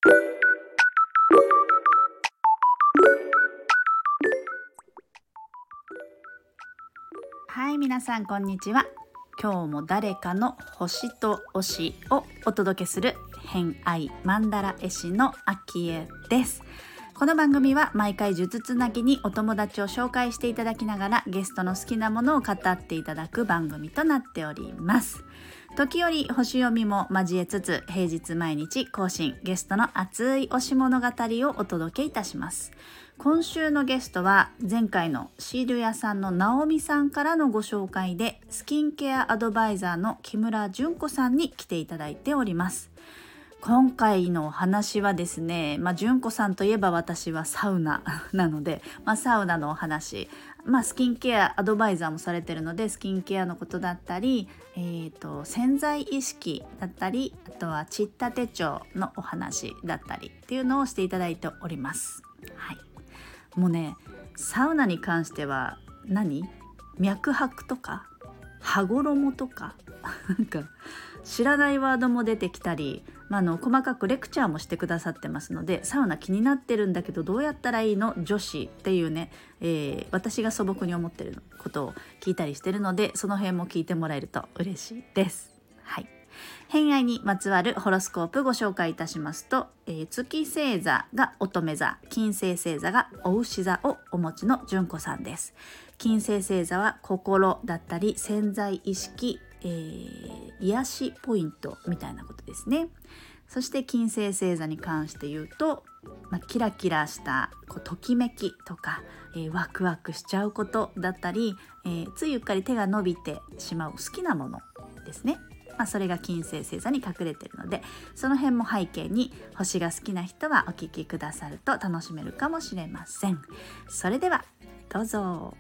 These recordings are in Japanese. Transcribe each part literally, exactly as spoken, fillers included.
はい、皆さんこんにちは。今日も誰かの星と推しをお届けする偏愛マンダラ絵師のあきえです。この番組は毎回数珠つなぎにお友達を紹介していただきながらゲストの好きなものを語っていただく番組となっております。時折星読みも交えつつ平日毎日更新、ゲストの熱い推し物語をお届けいたします。今週のゲストは前回のシール屋さんのナオミさんからのご紹介でスキンケアアドバイザーの木村純子さんに来ていただいております。今回のお話はですね、まあ、純子さんといえば私はサウナなので、まあ、サウナのお話、まあ、スキンケアアドバイザーもされてるのでスキンケアのことだったり、えーと、潜在意識だったり、あとはチッタ手帳のお話だったりっていうのをしていただいております。はい、もうね、サウナに関しては何脈拍とか羽衣とかなんか知らないワードも出てきたり、まあ、あの細かくレクチャーもしてくださってますので、サウナ気になってるんだけどどうやったらいいの女子っていうね、えー、私が素朴に思ってることを聞いたりしてるので、その辺も聞いてもらえると嬉しいです。はい、偏愛にまつわるホロスコープご紹介いたしますと、えー、月星座が乙女座、金星星座が牡牛座をお持ちの純子さんです。金星星座は心だったり潜在意識、えー、癒しポイントみたいなことですね。そして金星星座に関して言うと、まあ、キラキラしたこうときめきとか、えー、ワクワクしちゃうことだったり、えー、ついうっかり手が伸びてしまう好きなものですね。まあ、それが金星星座に隠れているので、その辺も背景に星が好きな人はお聞きくださると楽しめるかもしれません。それではどうぞ。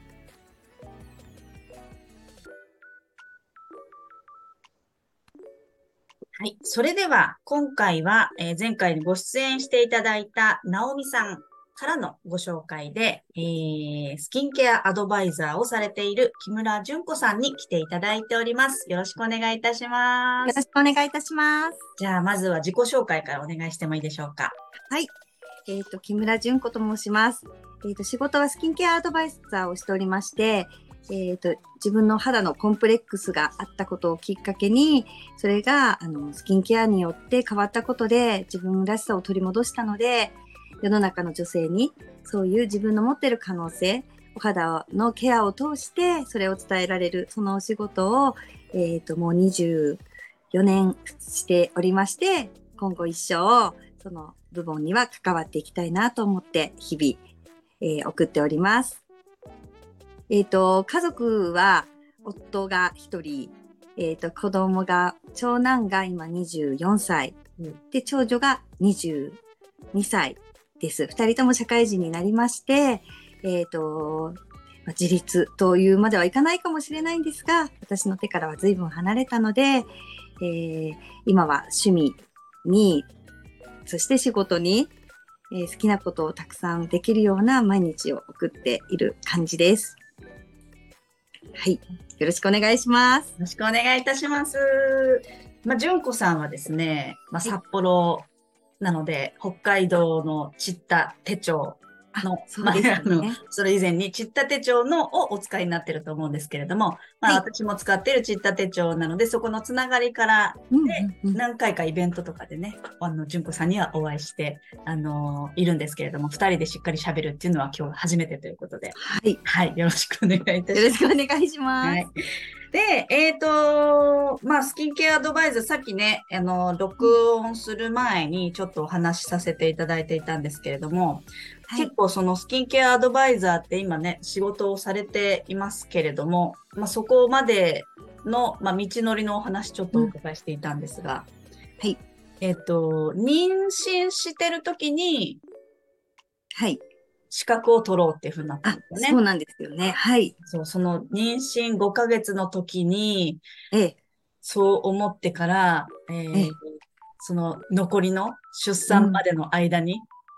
はい、それでは今回は、えー、前回にご出演していただいたナオミさんからのご紹介で、えー、スキンケアアドバイザーをされている木村純子さんに来ていただいております。よろしくお願いいたします。 よろしくお願いいたします。 じゃあまずは自己紹介からお願いしてもいいでしょうか。 はい。えっ、ー、と、木村純子と申します。えっ、ー、と、仕事はスキンケアアドバイザーをしておりまして、えっ、ー、と、自分の肌のコンプレックスがあったことをきっかけに、それが、あの、スキンケアによって変わったことで、自分らしさを取り戻したので、世の中の女性に、そういう自分の持っている可能性、お肌のケアを通して、それを伝えられる、そのお仕事を、えっ、と、もうにじゅうよねんしておりまして、今後一生、その部分には関わっていきたいなと思って、日々、えー、送っております。えっ、ー、と、家族は夫が一人、えっ、ー、と、子供が、長男が今にじゅうよんさい、うん、で、長女がにじゅうにさいです。二人とも社会人になりまして、えっ、ー、と、まあ、自立というまではいかないかもしれないんですが、私の手からは随分離れたので、えー、今は趣味に、そして仕事に、えー、好きなことをたくさんできるような毎日を送っている感じです。はい。よろしくお願いします。よろしくお願いいたします。まあ、純子さんはですね、まあ、札幌なので、北海道のチッタ手帳の、 そうですね、 まあ、あの、それ以前にチッタ手帳のをお使いになってると思うんですけれども、まあ、はい、私も使っているチッタ手帳なので、そこのつながりからで、うんうんうん、何回かイベントとかでね、あの、純子さんにはお会いして、あのー、いるんですけれども、二人でしっかり喋るっていうのは今日初めてということで、 はい。 はい、よろしくお願いいたします。 よろしくお願いします。はい、 で、えっと、まあ、スキンケアアドバイザー、さっきね、あの、録音する前にちょっとお話しさせていただいていたんですけれども、はい、結構そのスキンケアアドバイザーって今ね、仕事をされていますけれども、まあ、そこまでの、まあ、道のりのお話ちょっとお伺いしていたんですが、 うん、はい。 えっと、妊娠してる時に、 はい。 資格を取ろうっていうふうになったんですよね。 そうなんですよね。はい。 そう、その妊娠ごかげつの時に、 ええ、 そう思ってから、えー、ええ、その残りの出産までの間に、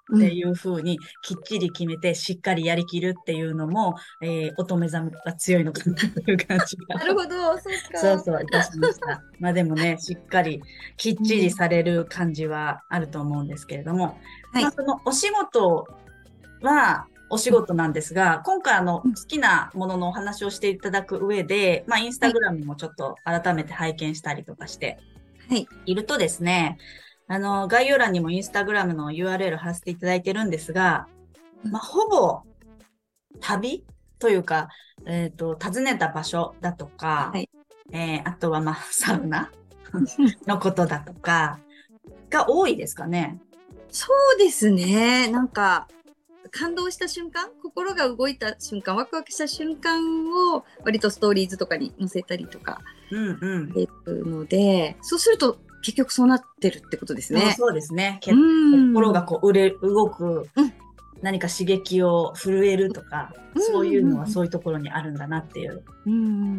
っていう風にきっちり決めてしっかりやりきるっていうのも、えー、乙女座が強いのかなという感じが。 なるほど、そうか。 そうそう、いたしました。まあでもね、しっかりきっちりされる感じはあると思うんですけれども、 はい、 まあそのお仕事はお仕事なんですが、今回あの好きなもののお話をしていただく上で、まあインスタグラムもちょっと改めて拝見したりとかしているとですね、あの概要欄にもインスタグラムの ユーアールエル 貼らせていただいてるんですが、まあほぼ旅というか、えっと、訪ねた場所だとか、はい、えー、あとはまあサウナのことだとかが多いですかね。 そうですね。なんか感動した瞬間、心が動いた瞬間、ワクワクした瞬間を割とストーリーズとかに載せたりとかしてるので、うんうん、そうすると結局そうなってるってことですね。 そう、そうですね。結構心がこう売れ動く、うん、何か刺激を震えるとか、うん、そういうのはそういうところにあるんだなっていう。うん、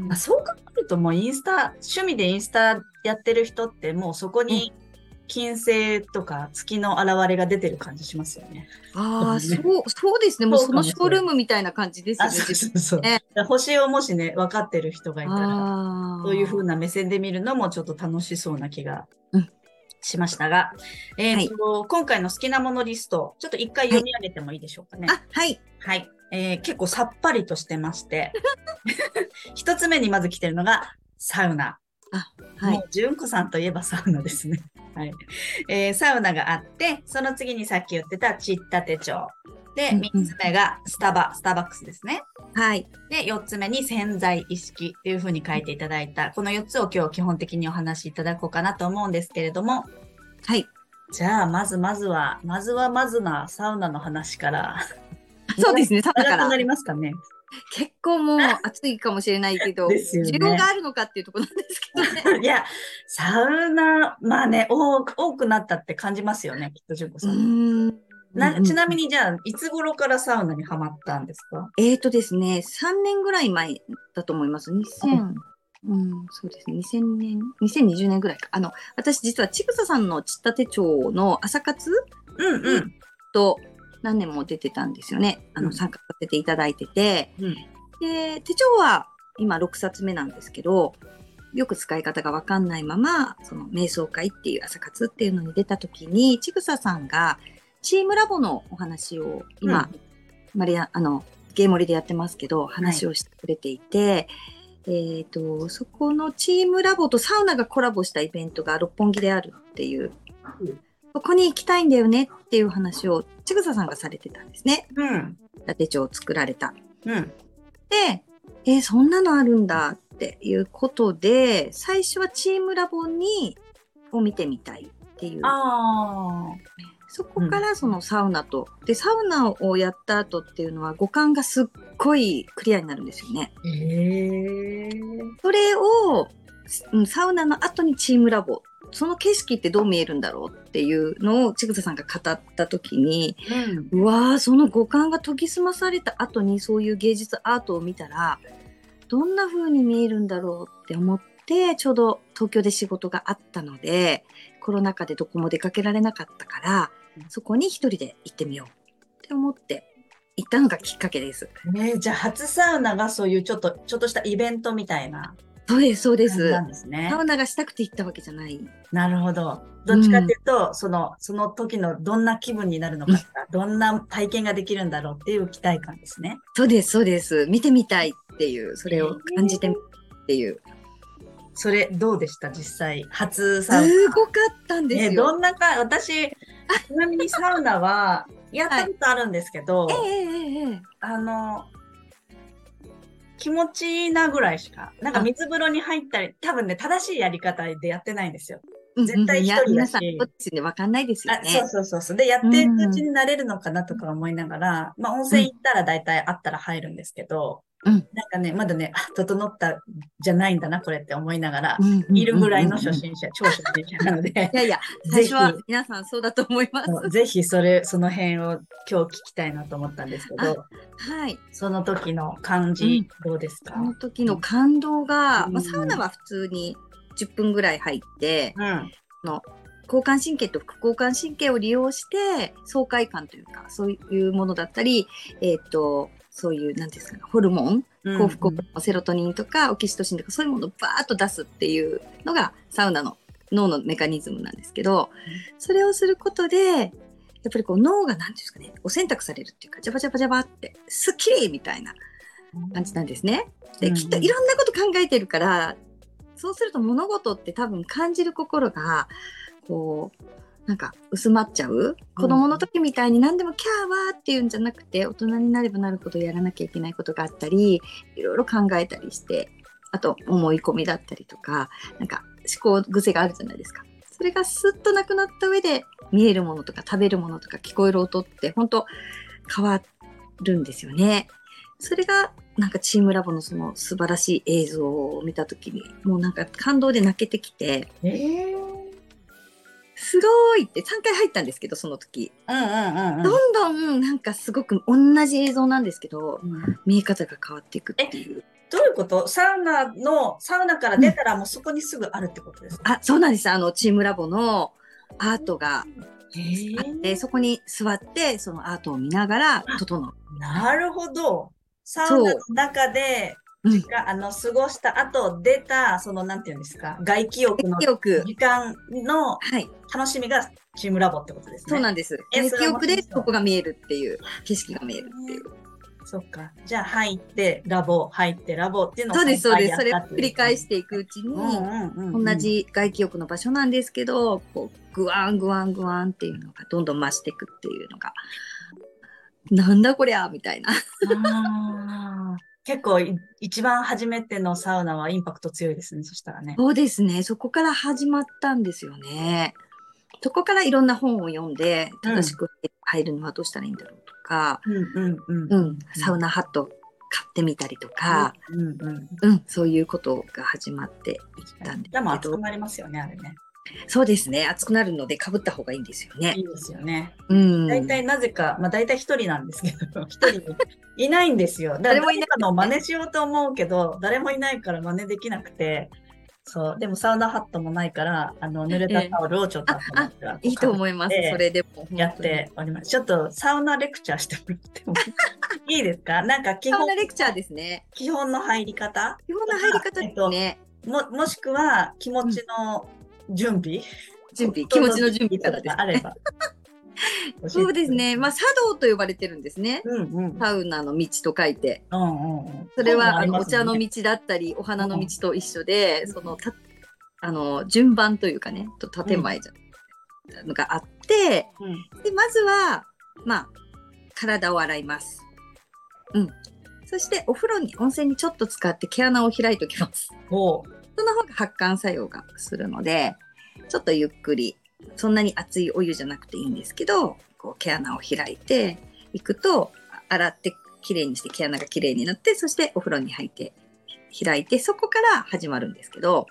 まあ、そう考えるともうインスタ、趣味でインスタやってる人ってもうそこに金星とか月の現れが出てる感じしますよね。 ああ、そう、そうですね。もうそのショールームみたいな感じですよね。 そうそうそう、ね、星をもしね、分かってる人がいたら、そういう風な目線で見るのもちょっと楽しそうな気がしましたが、うん、えーと、はい、今回の好きなものリスト、ちょっと一回読み上げてもいいでしょうかね。 はい、あ、はい。 はい。えー、結構さっぱりとしてまして、一つ目にまず来てるのがサウナ。あ、はい。もう、純子さんといえばサウナですね。はい。えー、サウナがあって、その次にさっき言ってたちった手帳。で、みっつめがスタバ、スターバックスですね。 はい。 で、よっつめに潜在意識っていう風に書いていただいた、このよっつを今日基本的にお話しいただこうかなと思うんですけれども。 はい。 じゃあ、まずまずは、まずはまずなサウナの話から。 そうですね、サウナから。 長くなりますかね。 結構もう暑いかもしれないけど、ね、需要があるのかっていうところなんですけどね。 いや、サウナ、まあね、多く、多くなったって感じますよね、きっと、純子さん。うんなちなみに、じゃあ、いつ頃からサウナにハマったんですか？ えーとですね、さんねんぐらい前だと思います。にせん、うん、そうですね、にせんねん、にせんにじゅうねんぐらいか。あの、私実はちぐささんのちった手帳の朝活うんうん。 と何年も出てたんですよね。あの、うん、参加させていただいてて。うん、で、手帳は今ろくさつめなんですけど、よく使い方がわかんないまま、その瞑想会っていう朝活っていうのに出た時に、ちぐささんがチームラボのお話を今、うん、マリア、あの、ゲーモリでやってますけど、話をしてくれていて、はい、えっと、そこのチームラボとサウナがコラボしたイベントが六本木であるっていう、うん、そこに行きたいんだよねっていう話をちぐささんがされてたんですね。うん。手帳を作られた。うん。で、えー、そんなのあるんだっていうことで、最初はチームラボに、を見てみたいっていう。あそこからそのサウナと、うん、で、サウナをやった後っていうのは五感がすっごいクリアになるんですよね。へー。それを、サウナの後にチームラボ、その景色ってどう見えるんだろうっていうのをちぐささんが語った時に、うん、うわー、その五感が研ぎ澄まされた後にそういう芸術アートを見たら、どんな風に見えるんだろうって思って、ちょうど東京で仕事があったので、コロナ禍でどこも出かけられなかったから、そこに一人で行ってみようって思って行ったのがきっかけです。 ね、じゃあ初サウナがそういうちょっとちょっとしたイベントみたいな。 そうですそうです。 なんですね。 サウナがしたくて行ったわけじゃない。 なるほど。どっちかっていうと、うん、そのその時のどんな気分になるのかとか、うん、どんな体験ができるんだろうっていう期待感ですね。 そうですそうです。見てみたいっていうそれを感じてみっていう。 それどうでした実際初サウナ？ すごかったんですよ。 えどんなか私ちなみにサウナはやったことあるんですけど、はい、えーえー、あの気持ちいいなぐらいしかなんか水風呂に入ったり多分ね正しいやり方でやってないんですよ。絶対一人だし、うんうん、皆さんこっちで分かんないですよね。 そうそうそうそうでやっていくうちになれるのかなとか思いながら、うん、まあ温泉行ったら大体あったら入るんですけど。うん、なんかね、まだね、あ、整ったじゃないんだな、これって思いながら、いるぐらいの初心者、超初心者なので。 いやいや、最初は皆さんそうだと思います。 ぜひ、それ、その辺を今日聞きたいなと思ったんですけど、はい。その時の感じ、うん、どうですか？ その時の感動が、うん、まあ、サウナは普通にじゅっぷんぐらい入って、うん、の交感神経と副交感神経を利用して爽快感というかそういうものだったり、えー、とそういう何ですかね、ホルモン、幸福ホルモン、うん、セロトニンとかオキシトシンとかそういうものをバーッと出すっていうのがサウナの脳のメカニズムなんですけど、それをすることでやっぱりこう脳が何ていうんですかね、お洗濯されるっていうか、ジャバジャバジャバってスッキリみたいな感じなんですね。で、きっといろんなこと考えてるから、そうすると物事って多分感じる心がこうなんか薄まっちゃう。子供の時みたいに何でもキャーワーっていうんじゃなくて、大人になればなるほどやらなきゃいけないことがあったり、いろいろ考えたりして、あと思い込みだったりとか、なんか思考癖があるじゃないですか。それがスッとなくなった上で見えるものとか食べるものとか聞こえる音って本当変わるんですよね。それがなんかチームラボのその素晴らしい映像を見たときにもうなんか感動で泣けてきて、えー、すごいってさんかい入ったんですけど、その時、うんうんうんうん、どんどんなんかすごく同じ映像なんですけど、うん、見え方が変わっていくっていう。 どういうこと？サウナのサウナから出たらもうそこにすぐあるってことですか？ うん、あ、そうなんです。あのチームラボのアートがあって、そこに座ってそのアートを見ながら整う。 なるほど。サウナの中で時間、うん、あの過ごした後出たそのなんていうんですか、外気浴の時間の楽しみがチームラボってことですね。 そうなんです。外気浴でここが見えるっていう、景色が見えるっていう。 そっか。じゃあ入ってラボ入ってラボっていうのをそうですそうです。それを繰り返していくうちに、同じ外気浴の場所なんですけど、こうグワングワングワンっていうのがどんどん増していくっていうのが。なんだこりゃみたいな。 あ結構一番初めてのサウナはインパクト強いですね。そしたらね。 そうですね。そこから始まったんですよね。そこからいろんな本を読んで正しく入るにはどうしたらいいんだろうとか、サウナハット買ってみたりとか、うんうんうんうん、そういうことが始まっていったんですけど。 でも熱くなりますよね、あれね。 そうですね。熱くなるので被った方がいいんですよね。 いいですよね。うん。大体なぜか、まあ大体一人なんですけど、一人いないんですよ。誰もいないの真似しようと思うけど、誰もいないから真似できなくて、そう。でもサウナハットもないから、あの、濡れたタオルをちょっと、えー、ああいいと思います。それでも。 やっております。ちょっとサウナレクチャーしてもらってもいいですか？なんか基本。 サウナレクチャーですね。 基本の入り方基本の入り方ですね。 えっと、も、もしくは気持ちの、うん準備準備気持ちの準備からです、ね、 あればそうですね。まあ茶道と呼ばれてるんですね。うんうん、サウナの道と書いて、うんうんうん、それはあの、ね、お茶の道だったりお花の道と一緒で、うん、そのたあの順番というかねと建前じゃ、うん、のがあって、うん、でまずはまあ体を洗います。うん。そしてお風呂に温泉にちょっと使って毛穴を開いておきます。おその方が発汗作用がするので、ちょっとゆっくり、そんなに熱いお湯じゃなくていいんですけど、こう毛穴を開いていくと、洗ってきれいにして毛穴がきれいになって、そしてお風呂に入って開いて、そこから始まるんですけど、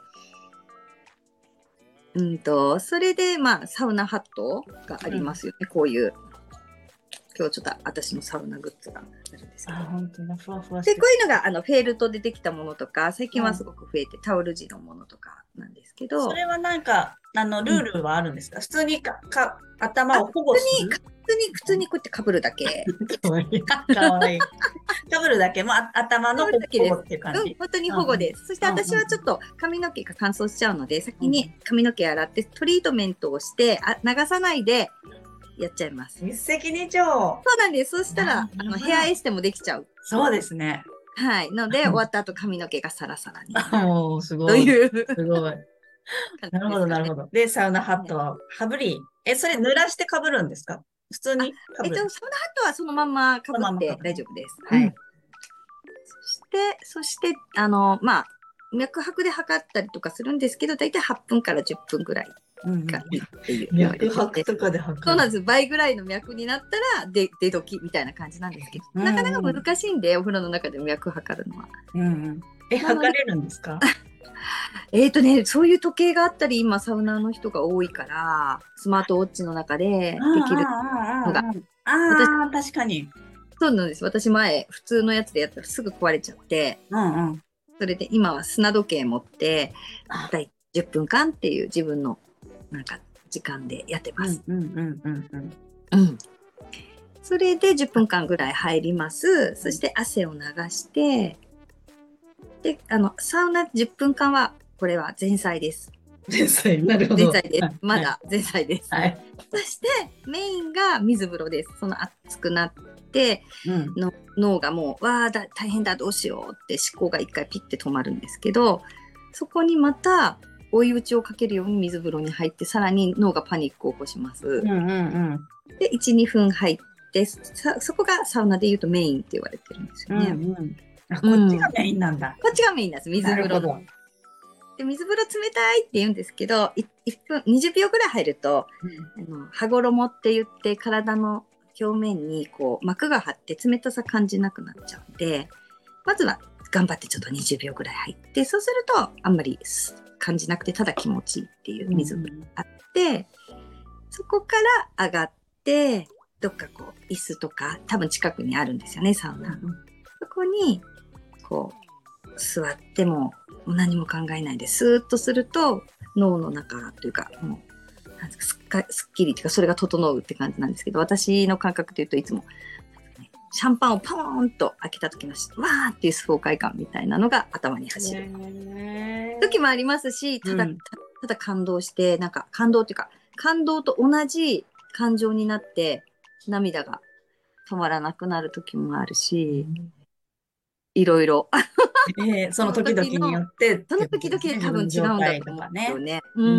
うんと、それでまあサウナハットがありますよね、うん、こういう。今日ちょっと私のサウナグッズがあるんですけど。あ、本当だ、ふわふわしてる。で、こういうのがあのフェルトでできたものとか、最近はすごく増えて、うん、タオル地のものとかなんですけど。 それはなんか、あの、ルールはあるんですか？うん、普通にか、か、頭を保護する？ 普通に、普通にこうやってかぶるだけ。 かわいい。かわいい。かぶるだけ、もう頭の保護っていう感じ。 うん、本当に保護です。うん、そして私はちょっと髪の毛が乾燥しちゃうので、先に髪の毛洗ってトリートメントをして、あ流さないで、やっちゃいます。 一石二鳥。 そうなんです。そしたら、あのヘアエステもできちゃう。 そうですね。 はい。ので、終わった後髪の毛がサラサラに。 おー、すごい。という。すごい。なるほど、なるほど。で、サウナハットはかぶり、え、それ濡らしてかぶるんですか？普通にかぶる？ えっと、サウナハットはそのままかぶって大丈夫です。はい。うん、そして、そして、あの、まあ、脈拍で測ったりとかするんですけど、だいたいはっぷんからじゅっぷんぐらい。がいいっていう、 うん、脈拍とかで測る。 そうなんです。倍ぐらいの脈になったら出出時みたいな感じなんですけど、うんうん、なかなか難しいんでお風呂の中で脈測るのは。 うんうん、え測れるんですか？ えっとねそういう時計があったり今サウナーの人が多いからスマートウォッチの中でできるのが。 ああ確かに。 そうなんです。私前普通のやつでやったらすぐ壊れちゃって、うんうん、それで今は砂時計持ってだいたいじゅっぷんかんっていう自分のなんか時間でやってます。 うんうんうんうんうん。それでじゅっぷんかんぐらい入ります。そして汗を流して、で、あの、サウナじゅっぷんかんは、これは前菜です。 前菜、なるほど。 前菜です。はい、まだ前菜です。 はい。 そして、メインが水風呂です。その熱くなって、うん、の脳がもう、わーだ、大変だ、どうしようって思考が一回ピッて止まるんですけど、そこにまた、追い打ちをかけるように水風呂に入って、さらに脳がパニックを起こします。うんうんうん、で、いち、にふん入って、そこがサウナでいうとメインって言われてるんですよね。うんうん、 あ、こっちがメインなんだ。 うん、こっちがメインなんです、水風呂。で、水風呂冷たいって言うんですけど、いっぷん、にじゅうびょうぐらい入ると、うん、あの羽衣って言って体の表面にこう膜が張って冷たさ感じなくなっちゃうんで、まずは頑張ってちょっとにじゅうびょうぐらい入って、そうするとあんまり感じなくてただ気持ちいいっていう水風呂があって、うん、そこから上がってどっかこう椅子とか多分近くにあるんですよね、サウナ、うん、そこにこう座ってももう何も考えないでスーッとすると脳の中というかもうなんですか、すっかすっきりというかそれが整うって感じなんですけど、私の感覚で言うといつもシャンパンをポーンと開けた時のわーっていう爽快感みたいなのが頭に走る時もありますし、ただ、うん、ただ感動してなんか感動っていうか感動と同じ感情になって涙が止まらなくなる時もあるし、いろいろえー、その時々によってその時々で多分違うんだと思うんですよね。うん。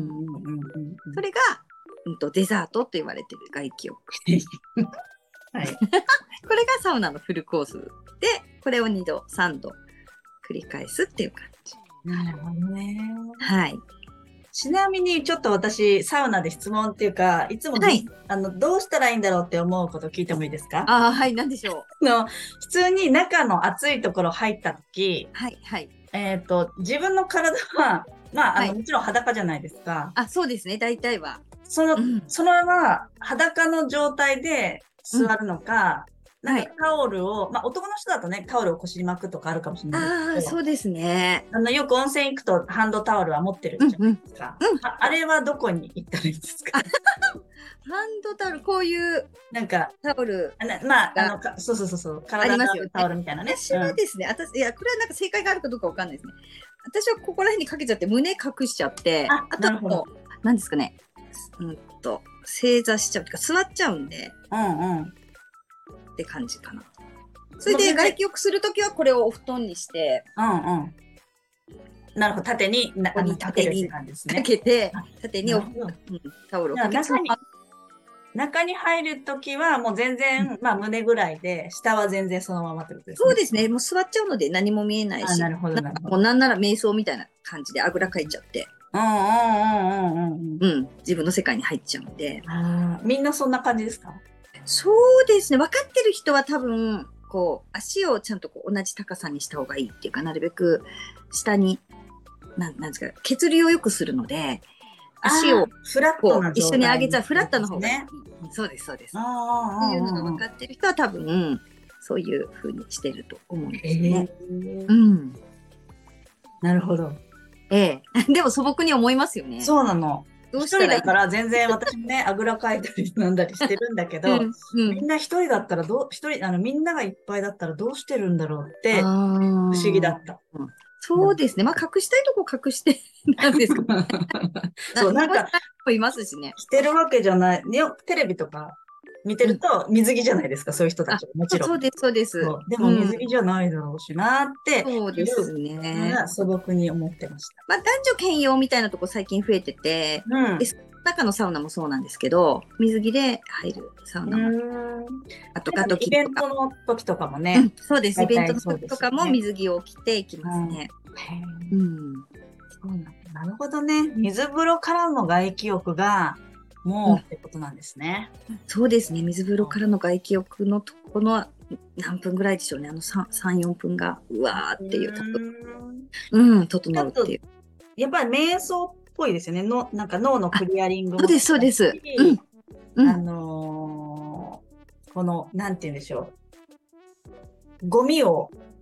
それが、うんと、デザートと言われてる外気浴。はい。これがサウナのフルコースで、これをにど、さんど繰り返すっていう感じ。 なるほどね。 はい。 ちなみにちょっと私サウナで質問っていうかいつも、はい、あのどうしたらいいんだろうって思うこと聞いてもいいですか？ ああ、はい、何でしょうの普通に中の暑いところ入った時、 はいはい、 えっと自分の体はまあ、あの、はい、もちろん裸じゃないですか。 あ、そうですね、大体はその、うん、そのまま裸の状態で座るのか、うん、なんかタオルを、はい、まあ男の人だとね、タオルを腰に巻くとかあるかもしれないですけど。 ああ、そうですね。 あの、よく温泉行くとハンドタオルは持ってるじゃないですか。うんうん、あ, あれはどこに行ったらいいですか？ ハンドタオル、こういう、 なんか、 タオル。 まあ、あのか、そうそうそうそう、体のタオルみたいなね。 私はですね、私、いや、これはなんか正解があるかどうかわかんないですね。私はここら辺にかけちゃって、胸隠しちゃって、あ, あとは、何ですかね、うんと、正座しちゃうというか、座っちゃうんで、 うんうん。 って感じかな。それで外気浴するときはこれをお布団にして、 うんうん。なるほど、縦に、なここに縦にかけて、縦に、うん、タオルをかけて、 中に入るときはもう全然、うん、まあ胸ぐらいで、下は全然そのままってことですね。 そうですね。もう座っちゃうので何も見えないし、 なるほどなるほど。 もうなんなら瞑想みたいな感じであぐらかいちゃって、 うんうんうんうんうん。 うん、自分の世界に入っちゃうんで。 あ、みんなそんな感じですか？ そうですね。分かってる人は多分、こう、足をちゃんとこう同じ高さにした方がいいっていうか、なるべく下に、なん、なんですか、血流を良くすするので、足をフラットな一緒に上げちゃう、フラットの方がいい。そうです、そうです。っていうのが分かってる人は多分、そういう風にしてると思うんですね。うん。 なるほど。 ええ。でも素朴に思いますよね。 そうなの。一人だから全然私もね、あぐらかいたりなんだりしてるんだけど、うんうん、みんな一人だったらどう、一人、あの、みんながいっぱいだったらどうしてるんだろうって、不思議だった。 うん、そうですね。まあ、隠したいとこ隠して、なんですか、ね。 そう、なんか、 いますしね。 してるわけじゃない。テレビとか見てると水着じゃないですか、うん、そういう人たちもちろん。 そうです、そうです。 でも水着じゃないだろうしなって、 うん、そうですね。 素朴に思ってました。 まあ、男女兼用みたいなとこ最近増えてて、うん、中のサウナもそうなんですけど、水着で入るサウナも。あと、ガトキイベントの時とかもね。 うん、そうです。イベントの時とかも水着を着ていきますね。 うん。そうなんだ。なるほどね。水風呂からの外気浴が、もうってことなんですね、 うん。そうですね。水風呂からの外気浴のとこの何分ぐらいでしょうね。あのさん、よんぷんが、うわーっていう、多分。うん、整うっていう。 やっぱり瞑想っぽいですよね。のなんか脳のクリアリングも。 そうです、そうです。 うん。あのー、この、なんて言うんでしょう。ゴミを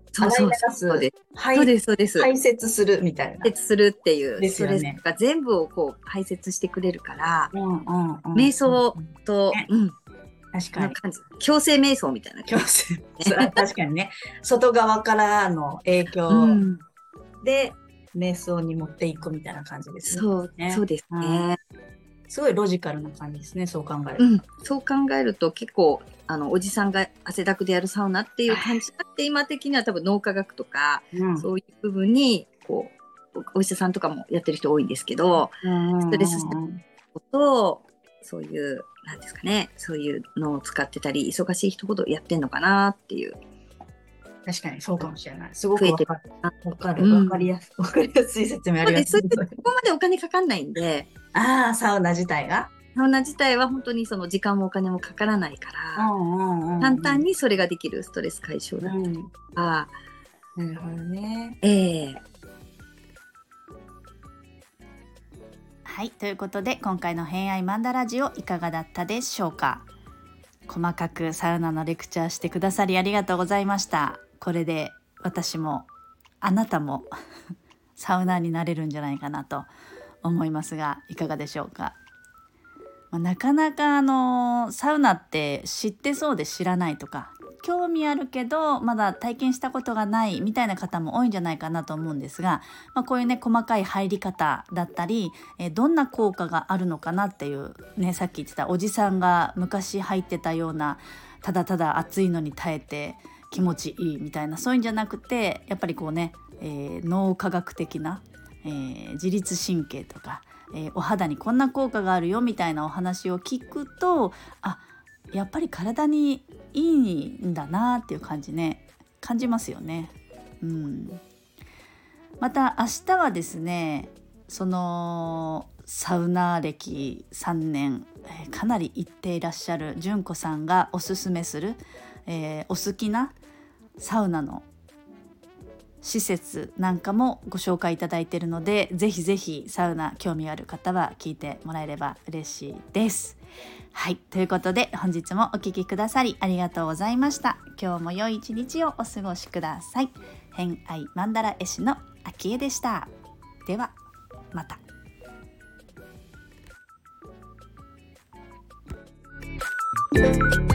そうそうそうそうです。そうです、そうです。 排泄するみたいな。 排泄するっていう、 ですよね、 ストレスが全部をこう排泄してくれるから、 うんうんうん、 瞑想と、 ね、 うん、 確かに。 感じ。強制瞑想みたいな。 強制。確かにね。外側からの影響で、瞑想に持っていくみたいな感じですね。 そう、そうですね。 すごいロジカルな感じですね、そう考えると。うん、そう考えると結構、あの、おじさんが汗だくでやるサウナっていう感じがあって、今的には多分脳科学とか、うん、そういう部分に、こう、お医者さんとかもやってる人多いんですけど、ストレスと、そういう、なんですかね、そういうのを使ってたり、忙しい人ほどやってんのかなっていう。 確かにそうかもしれない。すごくわかる。わかる。わかりやすい。わかりやすい説明ありがとうございます。 そこまでお金かかんないんで。 ああ、サウナ自体がサウナ自体は本当にその時間もお金もかからないから、うんうんうん、簡単にそれができるストレス解消だったりとか。 うん、なるほどね。 えーはい、ということで今回の偏愛マンダラジオいかがだったでしょうか。細かくサウナのレクチャーしてくださりありがとうございました。これで私もあなたもサウナーになれるんじゃないかなと思いますが、いかがでしょうか。まあ、なかなかあのサウナって知ってそうで知らないとか、興味あるけどまだ体験したことがないみたいな方も多いんじゃないかなと思うんですが、まあ、こういうね細かい入り方だったり、えー、どんな効果があるのかなっていうね、さっき言ってたおじさんが昔入ってたようなただただ暑いのに耐えて気持ちいいみたいな、そういうんじゃなくて、やっぱりこうね、えー、脳科学的な、えー、自律神経とか、えー、お肌にこんな効果があるよみたいなお話を聞くと、あ、やっぱり体にいいんだなっていう感じね、感じますよね。うん、また明日はですね、そのサウナ歴さんねん、えー、かなり行っていらっしゃる純子さんがおすすめする、えー、お好きなサウナの施設なんかもご紹介いただいているので、ぜひぜひサウナ興味ある方は聞いてもらえれば嬉しいです。はい、ということで本日もお聞きくださりありがとうございました。今日も良い一日をお過ごしください。偏愛マンダラ絵師のあきえでした。ではまた。